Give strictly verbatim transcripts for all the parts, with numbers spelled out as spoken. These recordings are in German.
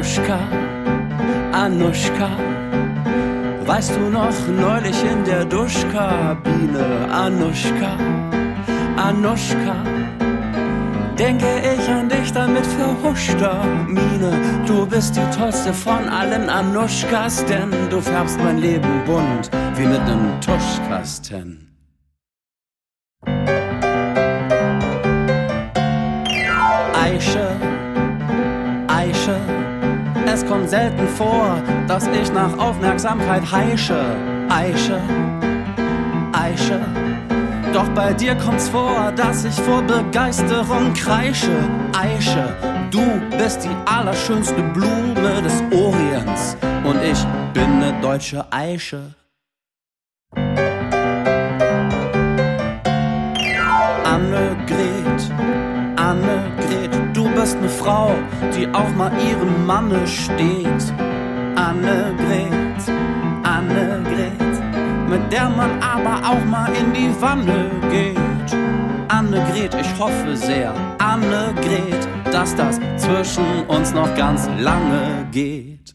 Anuschka, Anuschka. Weißt du noch, neulich in der Duschkabine, Anuschka, Anuschka. Denke ich an dich dann mit verhuschter Miene. Du bist die tollste von allen Anuschkas, denn du färbst mein Leben bunt wie mit nem Tuschkasten. Aische, Aische, es kommt selten vor, dass ich nach Aufmerksamkeit heische. Aische, Aische, doch bei dir kommt's vor, dass ich vor Begeisterung kreische. Aische, du bist die allerschönste Blume des Orients und ich bin ne deutsche Aische. Annegret, Annegret, du bist ne Frau, die auch mal ihrem Manne steht. Annegret, Annegret, mit der man aber auch mal in die Wanne geht. Annegret, ich hoffe sehr, Annegret, dass das zwischen uns noch ganz lange geht.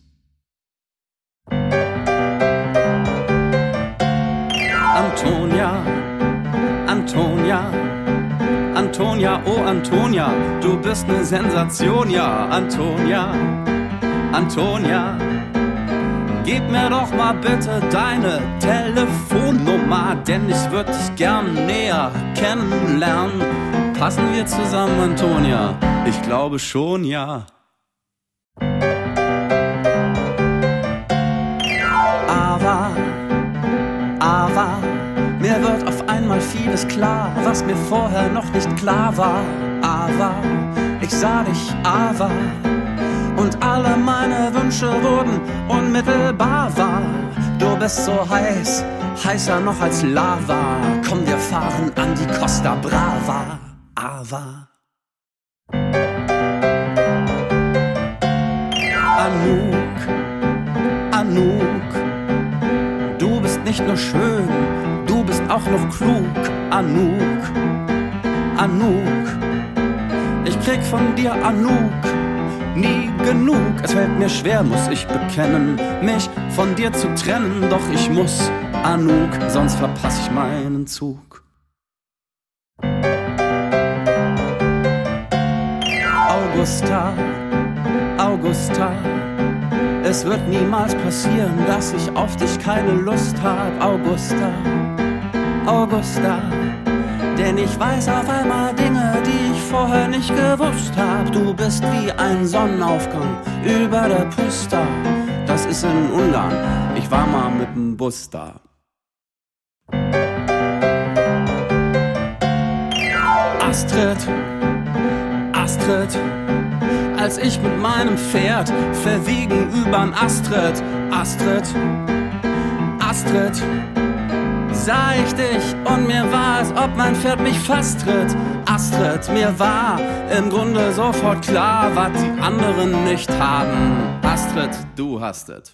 Antonia, Antonia, Antonia, oh Antonia, du bist ne Sensation, ja, Antonia, Antonia. Gib mir doch mal bitte deine Telefonnummer, denn ich würde dich gern näher kennenlernen. Passen wir zusammen, Antonia? Ich glaube schon, ja. Aber, aber, mir wird auf einmal vieles klar, was mir vorher noch nicht klar war. Aber, ich sah dich, aber, und alle meine Wünsche wurden unmittelbar wahr. Du bist so heiß, heißer noch als Lava. Komm, wir fahren an die Costa Brava. Aber Anouk, Anouk, du bist nicht nur schön, du bist auch noch klug. Anouk, Anouk, ich krieg von dir Anouk nie genug. Es fällt mir schwer, muss ich bekennen, mich von dir zu trennen. Doch ich muss, Anouk, sonst verpasse ich meinen Zug. Augusta, Augusta, es wird niemals passieren, dass ich auf dich keine Lust hab. Augusta, Augusta, denn ich weiß auf einmal Dinge, die ich vorher nicht gewusst hab. Du bist wie ein Sonnenaufgang über der Pusta. Das ist in Ungarn, ich war mal mit dem Bus da. Astrid, Astrid, als ich mit meinem Pferd verwiegen übern Astrid, Astrid, Astrid, sah ich dich und mir war, als ob mein Pferd mich fast tritt. Astrid, mir war im Grunde sofort klar, was die anderen nicht haben. Astrid, du hast es.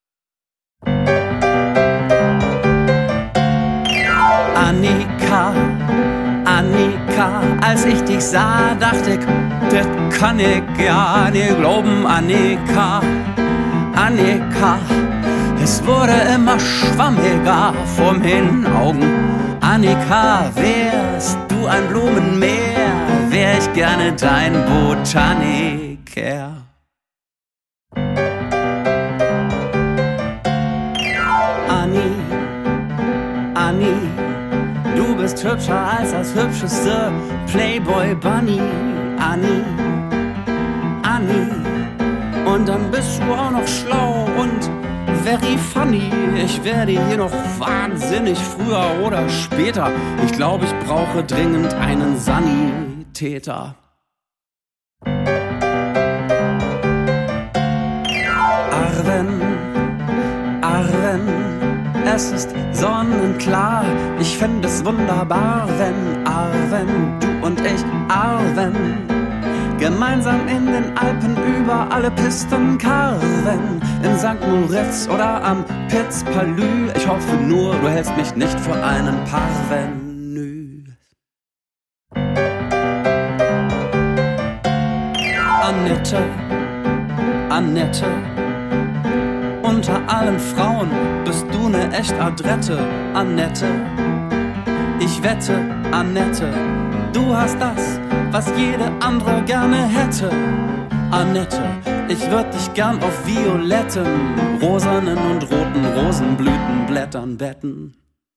Annika, Annika, als ich dich sah, dachte ich, das kann ich ja nicht glauben. Annika, Annika, es wurde immer schwammiger vor meinen Augen. Annika, wärst du ein Blumenmeer, wär ich gerne dein Botaniker. Annie, Annie, du bist hübscher als das hübscheste Playboy Bunny. Annie, Annie, und dann bist du auch noch schlau und very funny. Ich werde hier noch wahnsinnig, früher oder später. Ich glaube, ich brauche dringend einen Sanitäter. Arwen, Arwen, es ist sonnenklar. Ich fänd es wunderbar, wenn Arwen, du und ich, Arwen, gemeinsam in den Alpen über alle Pisten karren. In Sankt Moritz oder am Piz Palü. Ich hoffe nur, du hältst mich nicht für einen Parvenu. Annette, Annette. Unter allen Frauen bist du ne echt Adrette, Annette. Ich wette, Annette, du hast das, was jede andere gerne hätte. Annette, ich würd dich gern auf violetten, rosanen und roten Rosenblütenblättern betten.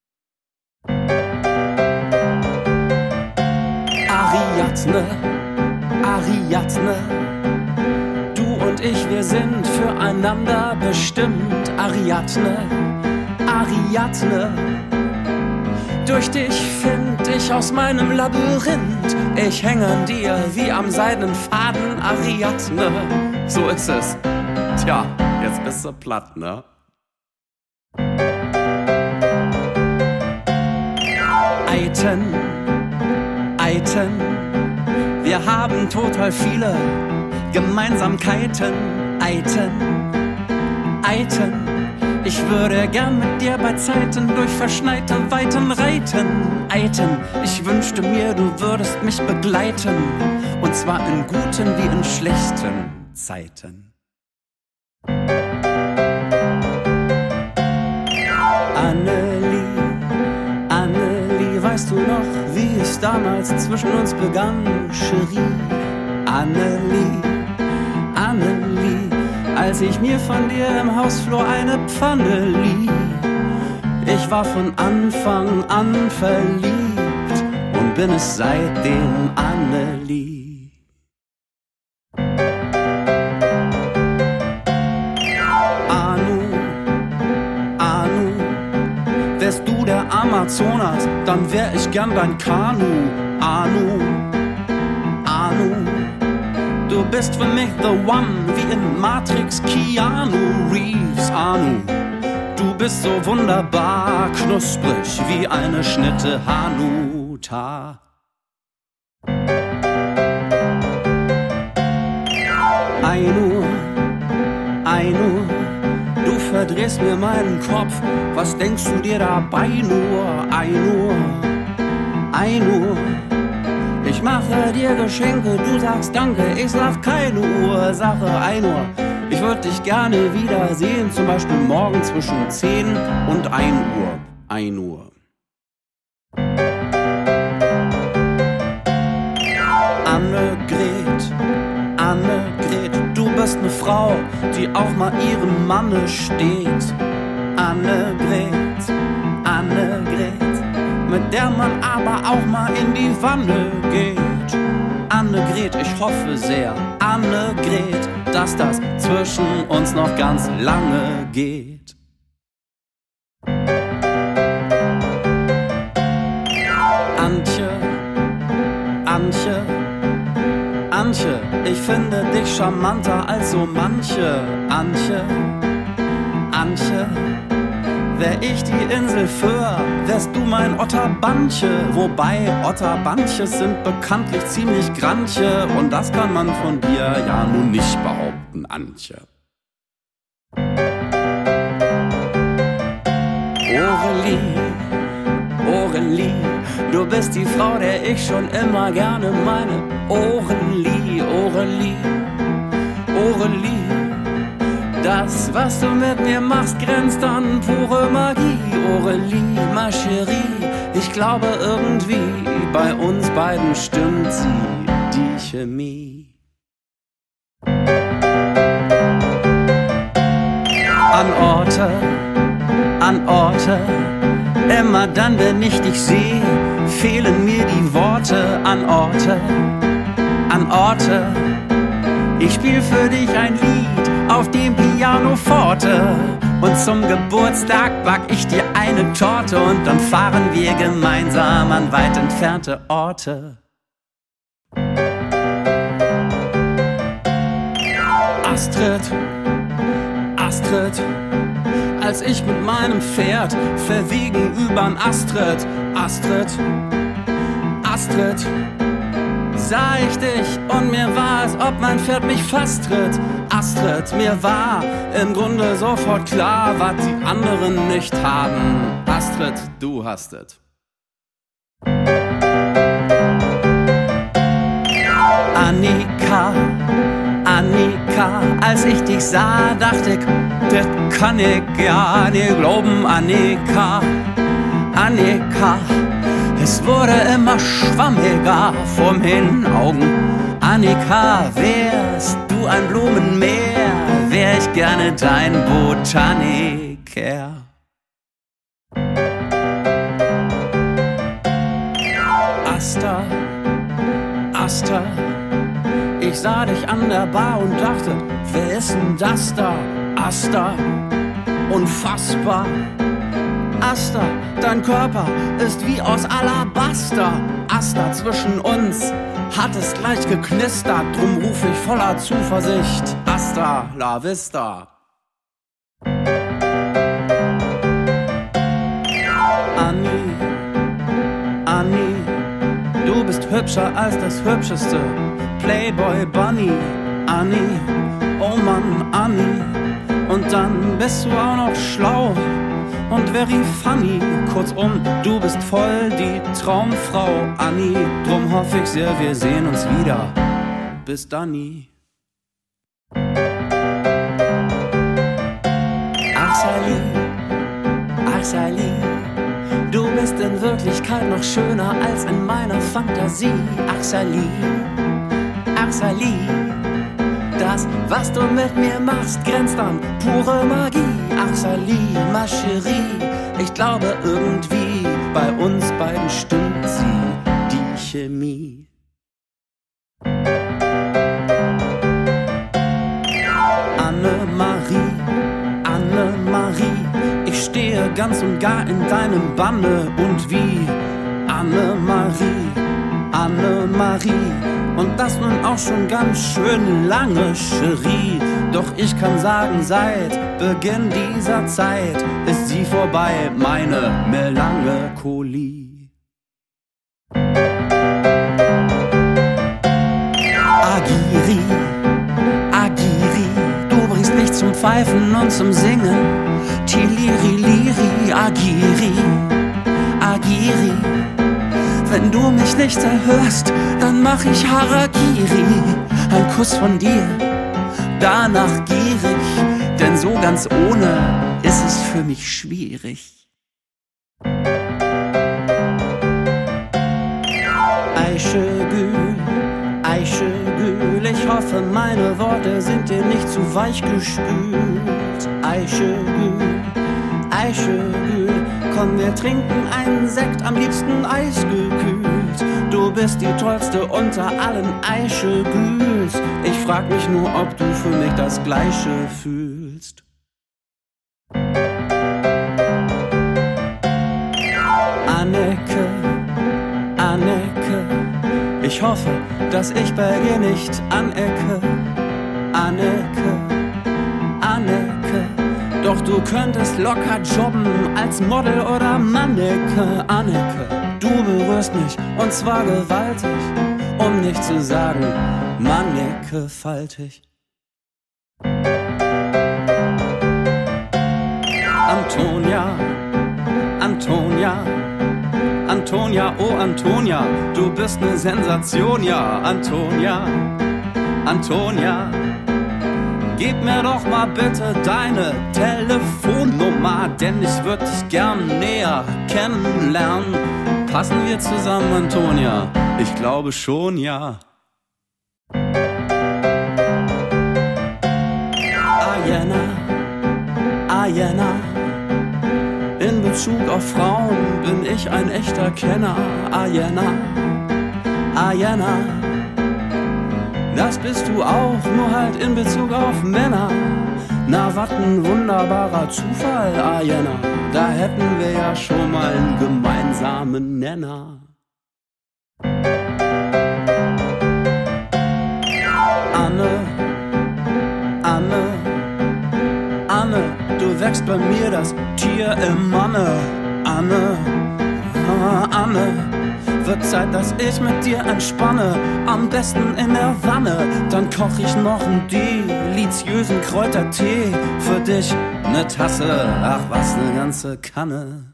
Ariadne, Ariadne, du und ich, wir sind füreinander bestimmt. Ariadne, Ariadne, durch dich find ich aus meinem Labyrinth. Ich häng an dir wie am seidenen Faden, Ariadne. So ist es. Tja, jetzt bist du platt, ne? Eiten, Eiten, wir haben total viele Gemeinsamkeiten. Eiten, Eiten, ich würde gern mit dir bei Zeiten durch verschneite Weiten reiten. Eiten, ich wünschte mir, du würdest mich begleiten, und zwar in guten wie in schlechten Zeiten. Annelie, Annelie, weißt du noch, wie es damals zwischen uns begann, Cherie? Annelie, Annelie, als ich mir von dir im Hausflur eine Pfanne lieh. Ich war von Anfang an verliebt und bin es seitdem, Annelie. Anu, Anu, wärst du der Amazonas, dann wär ich gern dein Kanu. Anu, Anu, du bist für mich the one, wie in Matrix Keanu Reeves. Anu, du bist so wunderbar knusprig wie eine Schnitte Hanuta. Ainu, Ainu, du verdrehst mir meinen Kopf, was denkst du dir dabei nur? Ainu, Ainu, ich mache dir Geschenke, du sagst Danke, ich sag keine Ursache. Ainu, ich würd dich gerne wiedersehen, zum Beispiel morgen zwischen zehn und ein Uhr. ein Uhr. Annegret, Annegret, du bist ne Frau, die auch mal ihrem Manne steht. Annegret, Annegret, mit der man aber auch mal in die Wanne geht. Annegret, ich hoffe sehr, Annegret, dass das zwischen uns noch ganz lange geht. Antje, Antje, Antje, ich finde dich charmanter als so manche. Antje, Antje, wär ich die Insel für, wärst du mein Otterbandche. Wobei Otterbandches sind bekanntlich ziemlich grantje, und das kann man von dir ja nun nicht behaupten, Antje. Aurelie, Aurelie, du bist die Frau, der ich schon immer gerne meine Ohren lieh. Aurelie, Aurelie, das, was du mit mir machst, grenzt an pure Magie. Aurelie, ma chérie, ich glaube irgendwie, bei uns beiden stimmt sie, die Chemie. An Orte, an Orte, immer dann, wenn ich dich sehe, fehlen mir die Worte. An Orte, an Orte, ich spiel für dich ein Lied auf dem Pianoforte, und zum Geburtstag back ich dir eine Torte, und dann fahren wir gemeinsam an weit entfernte Orte. Astrid, Astrid, als ich mit meinem Pferd verwegen übern Ast ritt. Astrid, Astrid, sah ich dich und mir war, als ob mein Pferd mich fast tritt. Astrid, mir war im Grunde sofort klar, was die anderen nicht haben. Astrid, du hast es. Annika, Annika, als ich dich sah, dachte ich, das kann ich ja nicht glauben, Annika, Annika. Es wurde immer schwammiger vor meinen Augen. Annika, wärst du ein Blumenmeer, wär ich gerne dein Botaniker. Asta, Asta, ich sah dich an der Bar und dachte, wer ist denn das da? Asta, unfassbar. Asta, dein Körper ist wie aus Alabaster. Asta, zwischen uns hat es gleich geknistert, drum ruf ich voller Zuversicht, Hasta la vista. Annie, Annie, du bist hübscher als das Hübscheste, Playboy Bunny. Annie, oh Mann, Annie, und dann bist du auch noch schlau und very funny. Kurzum, du bist voll die Traumfrau, Annie. Drum hoffe ich sehr, wir sehen uns wieder. Bis dann nie. Ach Sally, ach Sally, du bist in Wirklichkeit noch schöner als in meiner Fantasie. Ach Sally, ach Sally, das, was du mit mir machst, grenzt an pure Magie. Ach Sally, ma chérie, ich glaube irgendwie, bei uns beiden stimmt sie, die Chemie. Annemarie, Annemarie, ich stehe ganz und gar in deinem Banne. Und wie Annemarie, Annemarie, und das nun auch schon ganz schön lange, Cherie. Doch ich kann sagen, seit Beginn dieser Zeit ist sie vorbei, meine Melancholie. Agiri, Agiri, du bringst mich zum Pfeifen und zum Singen. Tiliri, Liri, Agiri, Agiri. Wenn du mich nicht erhörst, dann mach ich Harakiri. Ein Kuss von dir, danach gierig, denn so ganz ohne ist es für mich schwierig. Ayşegül, Ayşegül, ich hoffe, meine Worte sind dir nicht zu weich gespült. Ayşegül, Ayşegül, komm, wir trinken einen Sekt, am liebsten eisgekühlt. Du bist die tollste unter allen Ayşegüls. Ich frag mich nur, ob du für mich das Gleiche fühlst. Anneke, Anneke, ich hoffe, dass ich bei dir nicht anecke. Anneke, Anneke, doch du könntest locker jobben als Model oder Manneke. Anneke, du berührst mich und zwar gewaltig, um nicht zu sagen mannekefaltig. Antonia, Antonia, Antonia, oh Antonia, du bist ne Sensation, ja. Antonia, Antonia, gib mir doch mal bitte deine Telefonnummer, denn ich würd dich gern näher kennenlernen. Passen wir zusammen, Antonia? Ich glaube schon, ja. Ayana, Ayana, in Bezug auf Frauen bin ich ein echter Kenner. Ayana, Ayana, das bist du auch, nur halt in Bezug auf Männer. Na, wat ein wunderbarer Zufall, Ayana, da hätten wir ja schon mal einen gemeinsamen Nenner. Anne, Anne, Anne, du wächst bei mir das Tier im Manne. Anne, ah, Anne, wird Zeit, dass ich mit dir entspanne, am besten in der Wanne. Dann koch ich noch einen deliziösen Kräutertee für dich, ne Tasse, ach was, ne ganze Kanne.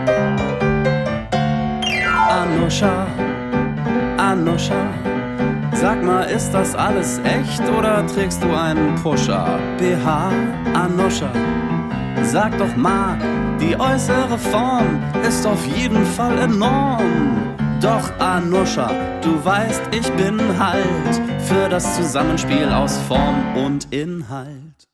Anusha, Anusha, Sag mal, ist das alles echt oder trägst du einen Pusher-B H, Anusha? Sag doch mal, die äußere Form ist auf jeden Fall enorm. Doch Anusha, du weißt, ich bin halt für das Zusammenspiel aus Form und Inhalt.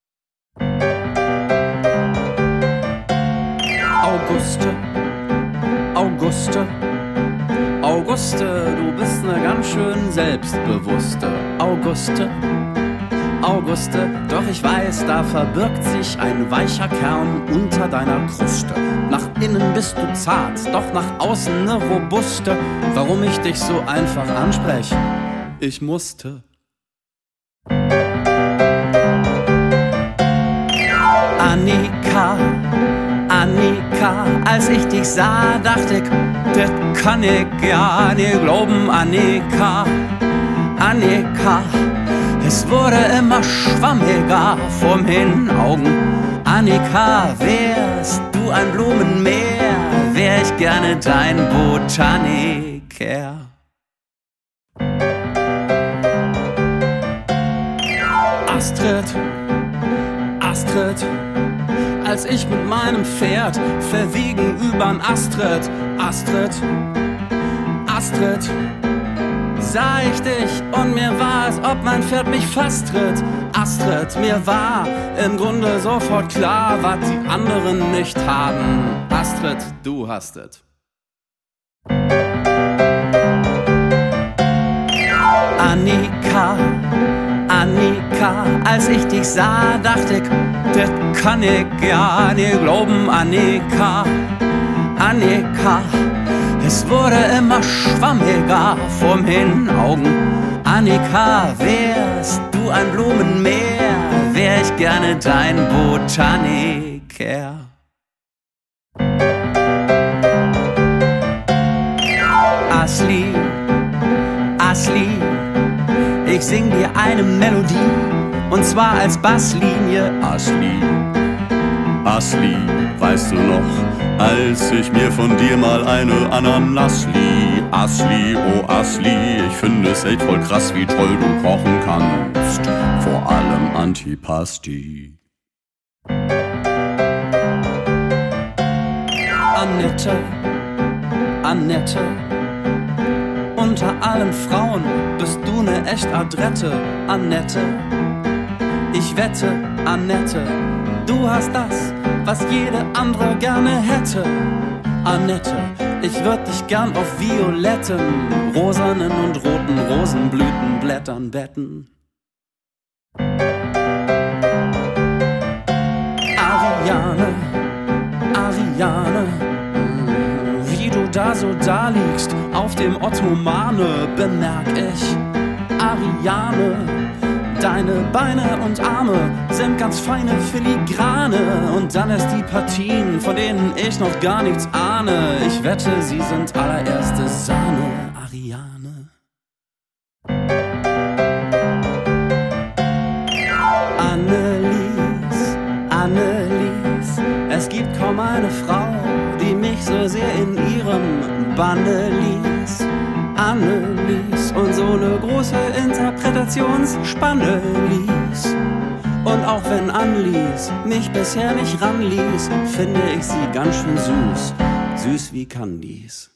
Auguste, Auguste, Auguste, du bist ne ganz schön selbstbewusste Auguste, Auguste, doch ich weiß, da verbirgt sich ein weicher Kern unter deiner Kruste. Nach innen bist du zart, doch nach außen ne robuste. Warum ich dich so einfach ansprech? Ich musste. Annika, Annika, als ich dich sah, dachte ich, das kann ich ja nicht glauben, Annika, Annika. Es wurde immer schwammiger vor meinen Augen. Annika, wärst du ein Blumenmeer, wär ich gerne dein Botaniker. Astrid, Astrid, als ich mit meinem Pferd verwiegen übern Astrid, Astrid, Astrid, sah ich dich und mir war es, ob mein Pferd mich fast tritt. Astrid, mir war im Grunde sofort klar, was die anderen nicht haben. Astrid, du hast es. Annika, Annika, als ich dich sah, dachte ich, das kann ich ja nicht glauben, Annika, Annika. Es wurde immer schwammiger vor meinen Augen. Annika, wärst du ein Blumenmeer, wär ich gerne dein Botaniker. Asli, Asli, ich sing dir eine Melodie, und zwar als Basslinie. Asli, Asli, weißt du noch, als ich mir von dir mal eine Ananas lieh? Asli, oh Asli, ich finde es echt voll krass, wie toll du kochen kannst, vor allem Antipasti. Annette, Annette, unter allen Frauen bist du ne echt Adrette, Annette. Ich wette, Annette, du hast das, was jede andere gerne hätte. Annette, ich würd dich gern auf violetten, rosanen und roten Rosenblütenblättern betten. Ariane, Ariane, wie du da so da liegst auf dem Ottomane, bemerk ich, Ariane, deine Beine und Arme sind ganz feine Filigrane. Und dann erst die Partien, von denen ich noch gar nichts ahne. Ich wette, sie sind allererste Sahne, Ariane. Annelies, Annelies, es gibt kaum eine Frau, die mich so sehr in ihrem Banne ließ. Annelies und so ne große Interpretationsspanne ließ. Und auch wenn Annelies mich bisher nicht ranließ, finde ich sie ganz schön süß, süß wie Candies.